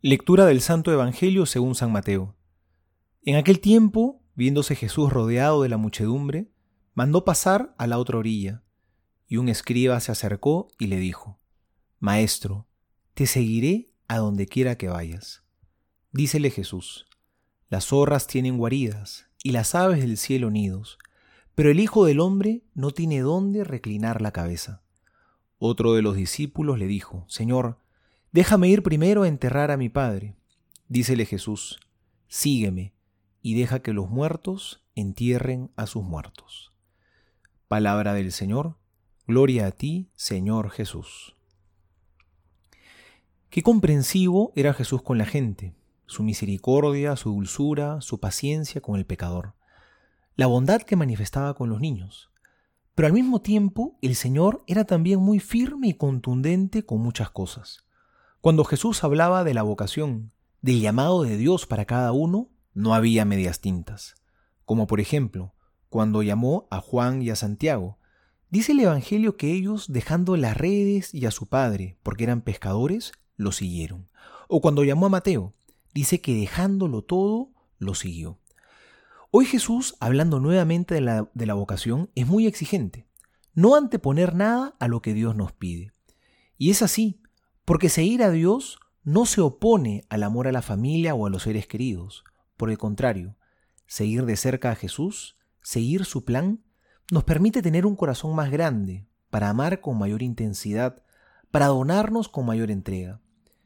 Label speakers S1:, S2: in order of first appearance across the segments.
S1: Lectura del Santo Evangelio según San Mateo. En aquel tiempo, viéndose Jesús rodeado de la muchedumbre, mandó pasar a la otra orilla, y un escriba se acercó y le dijo: Maestro, te seguiré a donde quiera que vayas. Dícele Jesús: Las zorras tienen guaridas, y las aves del cielo nidos, pero el Hijo del Hombre no tiene dónde reclinar la cabeza. Otro de los discípulos le dijo: Señor, déjame ir primero a enterrar a mi padre. Dícele Jesús: Sígueme, y deja que los muertos entierren a sus muertos. Palabra del Señor. Gloria a ti, Señor Jesús. Qué comprensivo era Jesús con la gente, su misericordia, su dulzura, su paciencia con el pecador, la bondad que manifestaba con los niños. Pero al mismo tiempo, el Señor era también muy firme y contundente con muchas cosas. Cuando Jesús hablaba de la vocación, del llamado de Dios para cada uno, no había medias tintas. Como por ejemplo, cuando llamó a Juan y a Santiago, dice el Evangelio que ellos, dejando las redes y a su padre, porque eran pescadores, lo siguieron. O cuando llamó a Mateo, dice que dejándolo todo, lo siguió. Hoy Jesús, hablando nuevamente de la vocación, es muy exigente. No anteponer nada a lo que Dios nos pide. Y es así, porque seguir a Dios no se opone al amor a la familia o a los seres queridos. Por el contrario, seguir de cerca a Jesús, seguir su plan, nos permite tener un corazón más grande, para amar con mayor intensidad, para donarnos con mayor entrega.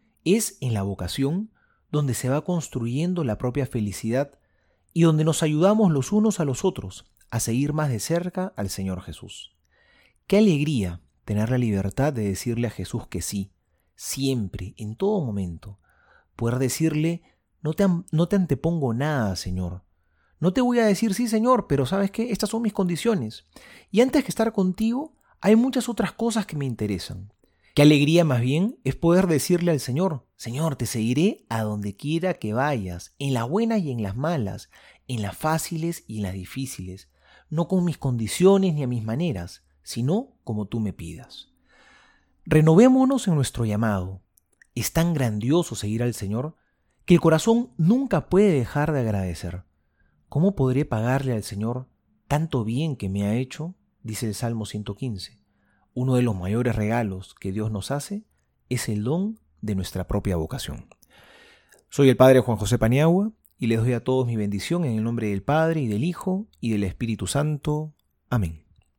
S1: Es en la vocación donde se va construyendo la propia felicidad y donde nos ayudamos los unos a los otros a seguir más de cerca al Señor Jesús. Qué alegría tener la libertad de decirle a Jesús que sí, siempre, en todo momento. Poder decirle: no te antepongo nada, Señor. No te voy a decir sí, Señor, pero ¿sabes qué? Estas son mis condiciones. Y antes que estar contigo, hay muchas otras cosas que me interesan. Qué alegría más bien es poder decirle al Señor: Señor, te seguiré a donde quiera que vayas, en las buenas y en las malas, en las fáciles y en las difíciles, no con mis condiciones ni a mis maneras, sino como tú me pidas. Renovémonos en nuestro llamado. Es tan grandioso seguir al Señor que el corazón nunca puede dejar de agradecer. ¿Cómo podré pagarle al Señor tanto bien que me ha hecho? Dice el Salmo 115. Uno de los mayores regalos que Dios nos hace es el don de nuestra propia vocación. Soy el Padre Juan José Paniagua y les doy a todos mi bendición en el nombre del Padre y del Hijo y del Espíritu Santo. Amén.